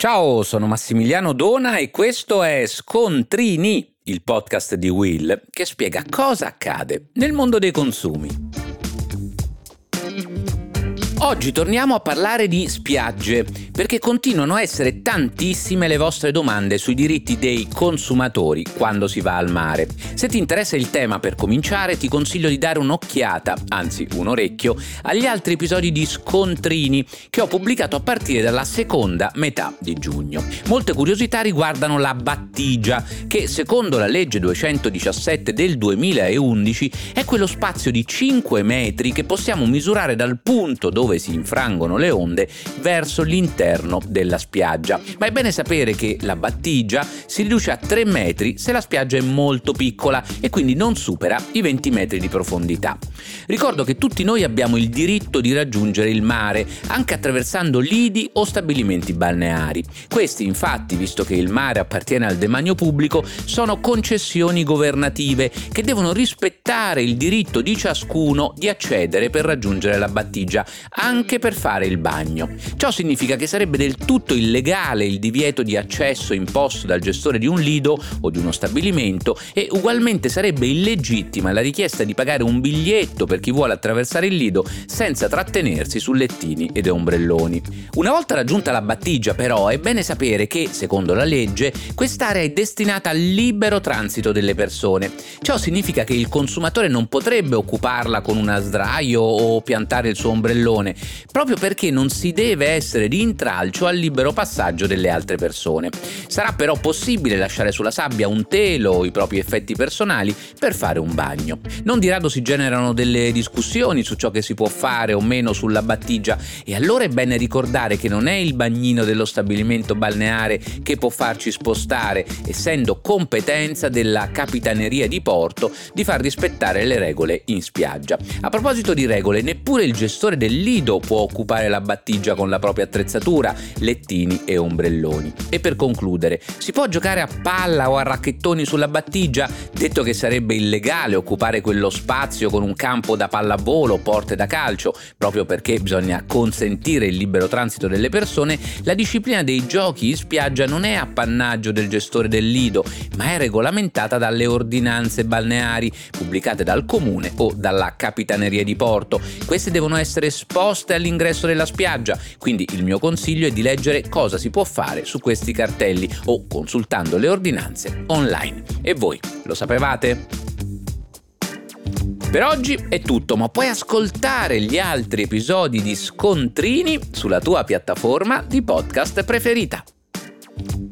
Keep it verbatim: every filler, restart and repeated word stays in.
Ciao, sono Massimiliano Dona e questo è Scontrini, il podcast di Will che spiega cosa accade nel mondo dei consumi. Oggi torniamo a parlare di spiagge, perché continuano a essere tantissime le vostre domande sui diritti dei consumatori quando si va al mare. Se ti interessa il tema, per cominciare ti consiglio di dare un'occhiata, anzi un orecchio, agli altri episodi di Scontrini che ho pubblicato a partire dalla seconda metà di giugno. Molte curiosità riguardano la battigia, che secondo la legge duecentodiciassette del duemilaundici è quello spazio di cinque metri che possiamo misurare dal punto dove si infrangono le onde verso l'interno della spiaggia. Ma è bene sapere che la battigia si riduce a tre metri se la spiaggia è molto piccola e quindi non supera i venti metri di profondità. Ricordo che tutti noi abbiamo il diritto di raggiungere il mare, anche attraversando lidi o stabilimenti balneari. Questi, infatti, visto che il mare appartiene al demanio pubblico, sono concessioni governative che devono rispettare il diritto di ciascuno di accedere per raggiungere la battigia, anche per fare il bagno. Ciò significa che sarebbe del tutto illegale il divieto di accesso imposto dal gestore di un lido o di uno stabilimento e ugualmente sarebbe illegittima la richiesta di pagare un biglietto per chi vuole attraversare il lido senza trattenersi su lettini ed ombrelloni. Una volta raggiunta la battigia, però, è bene sapere che, secondo la legge, quest'area è destinata al libero transito delle persone. Ciò significa che il consumatore non potrebbe occuparla con una sdraio o piantare il suo ombrellone, proprio perché non si deve essere di intralcio al libero passaggio delle altre persone. Sarà però possibile lasciare sulla sabbia un telo o i propri effetti personali per fare un bagno. Non di rado si generano delle discussioni su ciò che si può fare o meno sulla battigia, e allora è bene ricordare che non è il bagnino dello stabilimento balneare che può farci spostare, essendo competenza della Capitaneria di Porto di far rispettare le regole in spiaggia. A proposito di regole, neppure il gestore del lido può occupare la battigia con la propria attrezzatura, lettini e ombrelloni. E per concludere, si può giocare a palla o a racchettoni sulla battigia? Detto che sarebbe illegale occupare quello spazio con un campo da pallavolo o porte da calcio, proprio perché bisogna consentire il libero transito delle persone, la disciplina dei giochi in spiaggia non è appannaggio del gestore del lido, ma è regolamentata dalle ordinanze balneari pubblicate dal comune o dalla Capitaneria di Porto. Queste devono essere esposte all'ingresso della spiaggia, quindi il mio consiglio è di leggere cosa si può fare su questi cartelli o consultando le ordinanze online. E voi lo sapevate? Per oggi è tutto, ma puoi ascoltare gli altri episodi di Scontrini sulla tua piattaforma di podcast preferita.